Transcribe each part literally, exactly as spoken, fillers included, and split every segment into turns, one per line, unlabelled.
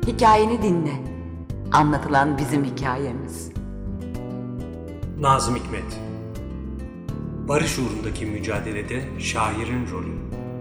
Hikayeni dinle. Anlatılan bizim hikayemiz.
Nazım Hikmet. Barış uğrundaki mücadelede şairin rolü.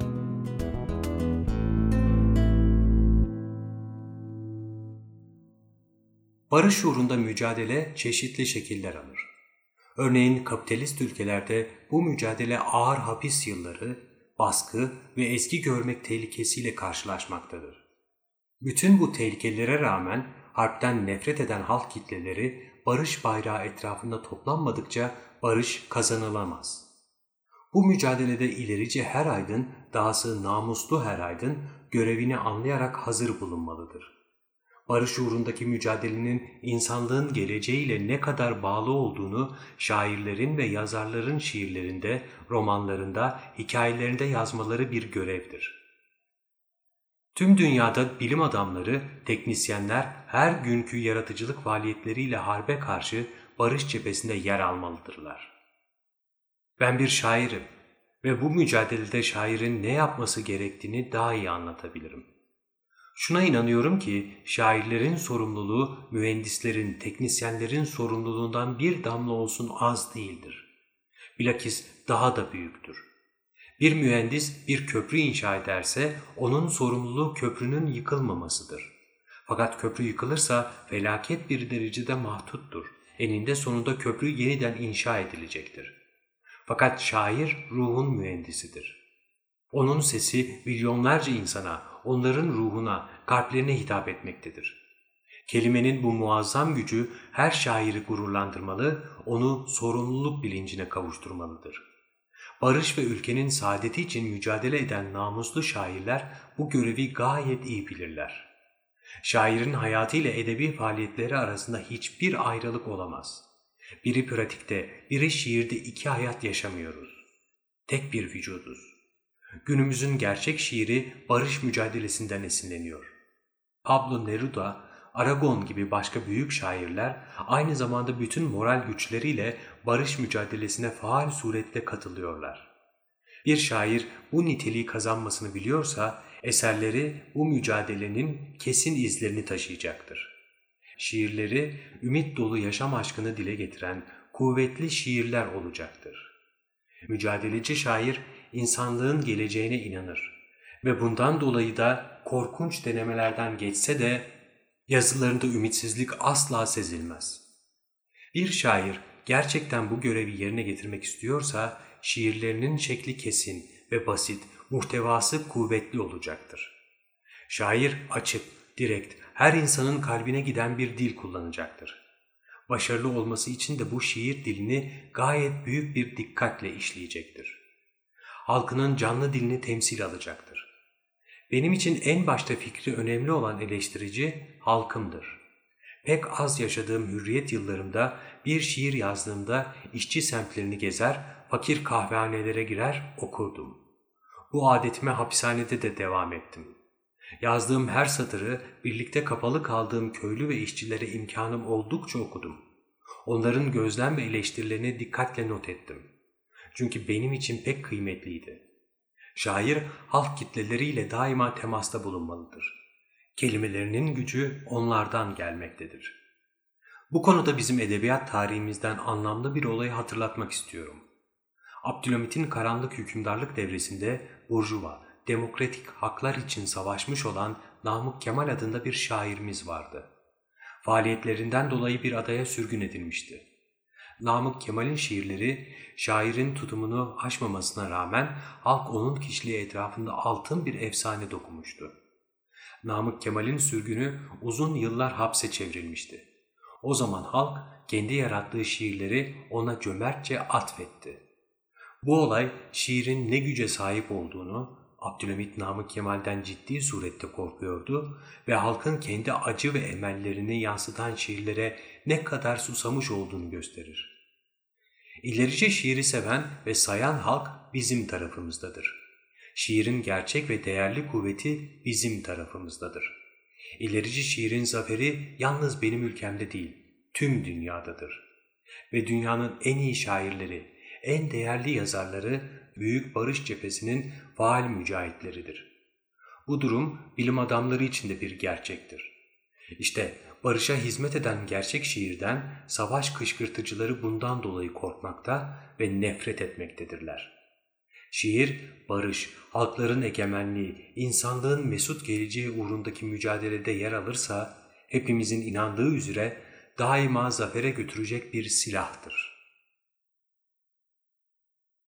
Barış uğrunda mücadele çeşitli şekiller alır. Örneğin kapitalist ülkelerde bu mücadele ağır hapis yılları, baskı ve ezgi görmek tehlikesiyle karşılaşmaktadır. Bütün bu tehlikelere rağmen harpten nefret eden halk kitleleri barış bayrağı etrafında toplanmadıkça barış kazanılamaz. Bu mücadelede ilerici her aydın, dahası namuslu her aydın görevini anlayarak hazır bulunmalıdır. Barış uğrundaki mücadelenin insanlığın geleceğiyle ne kadar bağlı olduğunu şairlerin ve yazarların şiirlerinde, romanlarında, hikayelerinde yazmaları bir görevdir. Tüm dünyada bilim adamları, teknisyenler her günkü yaratıcılık faaliyetleriyle harbe karşı barış cephesinde yer almalıdırlar. Ben bir şairim ve bu mücadelede şairin ne yapması gerektiğini daha iyi anlatabilirim. Şuna inanıyorum ki şairlerin sorumluluğu mühendislerin, teknisyenlerin sorumluluğundan bir damla olsun az değildir. Bilakis daha da büyüktür. Bir mühendis bir köprü inşa ederse onun sorumluluğu köprünün yıkılmamasıdır. Fakat köprü yıkılırsa felaket bir derecede mahduttur. Eninde sonunda köprü yeniden inşa edilecektir. Fakat şair ruhun mühendisidir. Onun sesi milyonlarca insana, onların ruhuna, kalplerine hitap etmektedir. Kelimenin bu muazzam gücü her şairi gururlandırmalı, onu sorumluluk bilincine kavuşturmalıdır. Barış ve ülkenin saadeti için mücadele eden namuslu şairler bu görevi gayet iyi bilirler. Şairin hayatı ile edebi faaliyetleri arasında hiçbir ayrılık olamaz. Biri pratikte, biri şiirde iki hayat yaşamıyoruz. Tek bir vücuduz. Günümüzün gerçek şiiri barış mücadelesinden esinleniyor. Pablo Neruda, Aragon gibi başka büyük şairler aynı zamanda bütün moral güçleriyle barış mücadelesine faal suretle katılıyorlar. Bir şair bu niteliği kazanmasını biliyorsa eserleri bu mücadelenin kesin izlerini taşıyacaktır. Şiirleri ümit dolu yaşam aşkını dile getiren kuvvetli şiirler olacaktır. Mücadeleci şair insanlığın geleceğine inanır ve bundan dolayı da korkunç denemelerden geçse de yazılarında ümitsizlik asla sezilmez. Bir şair gerçekten bu görevi yerine getirmek istiyorsa şiirlerinin şekli kesin ve basit, muhtevası kuvvetli olacaktır. Şair açık, direkt, her insanın kalbine giden bir dil kullanacaktır. Başarılı olması için de bu şiir dilini gayet büyük bir dikkatle işleyecektir. Halkının canlı dilini temsil alacaktır. Benim için en başta fikri önemli olan eleştirici halkımdır. Pek az yaşadığım hürriyet yıllarımda bir şiir yazdığımda işçi semtlerini gezer, fakir kahvehanelere girer, okurdum. Bu adetime hapishanede de devam ettim. Yazdığım her satırı birlikte kapalı kaldığım köylü ve işçilere imkanım oldukça okudum. Onların gözlem ve eleştirilerini dikkatle not ettim. Çünkü benim için pek kıymetliydi. Şair halk kitleleriyle daima temasta bulunmalıdır. Kelimelerinin gücü onlardan gelmektedir. Bu konuda bizim edebiyat tarihimizden anlamlı bir olayı hatırlatmak istiyorum. Abdülhamit'in karanlık hükümdarlık devresinde burjuva, demokratik haklar için savaşmış olan Namık Kemal adında bir şairimiz vardı. Faaliyetlerinden dolayı bir adaya sürgün edilmişti. Namık Kemal'in şiirleri şairin tutumunu aşmamasına rağmen halk onun kişiliği etrafında altın bir efsane dokumuştu. Namık Kemal'in sürgünü uzun yıllar hapse çevrilmişti. O zaman halk kendi yarattığı şiirleri ona cömertçe atfetti. Bu olay şiirin ne güce sahip olduğunu, Abdülhamit Namık Kemal'den ciddi surette korkuyordu ve halkın kendi acı ve emellerini yansıtan şiirlere ne kadar susamış olduğunu gösterir. İlerici şiiri seven ve sayan halk bizim tarafımızdadır. Şiirin gerçek ve değerli kuvveti bizim tarafımızdadır. İlerici şiirin zaferi yalnız benim ülkemde değil, tüm dünyadadır. Ve dünyanın en iyi şairleri, en değerli yazarları büyük barış cephesinin faal mücahitleridir. Bu durum bilim adamları için de bir gerçektir. İşte barışa hizmet eden gerçek şiirden savaş kışkırtıcıları bundan dolayı korkmakta ve nefret etmektedirler. Şiir, barış, halkların egemenliği, insanlığın mesut geleceği uğrundaki mücadelede yer alırsa, hepimizin inandığı üzere daima zafere götürecek bir silahtır.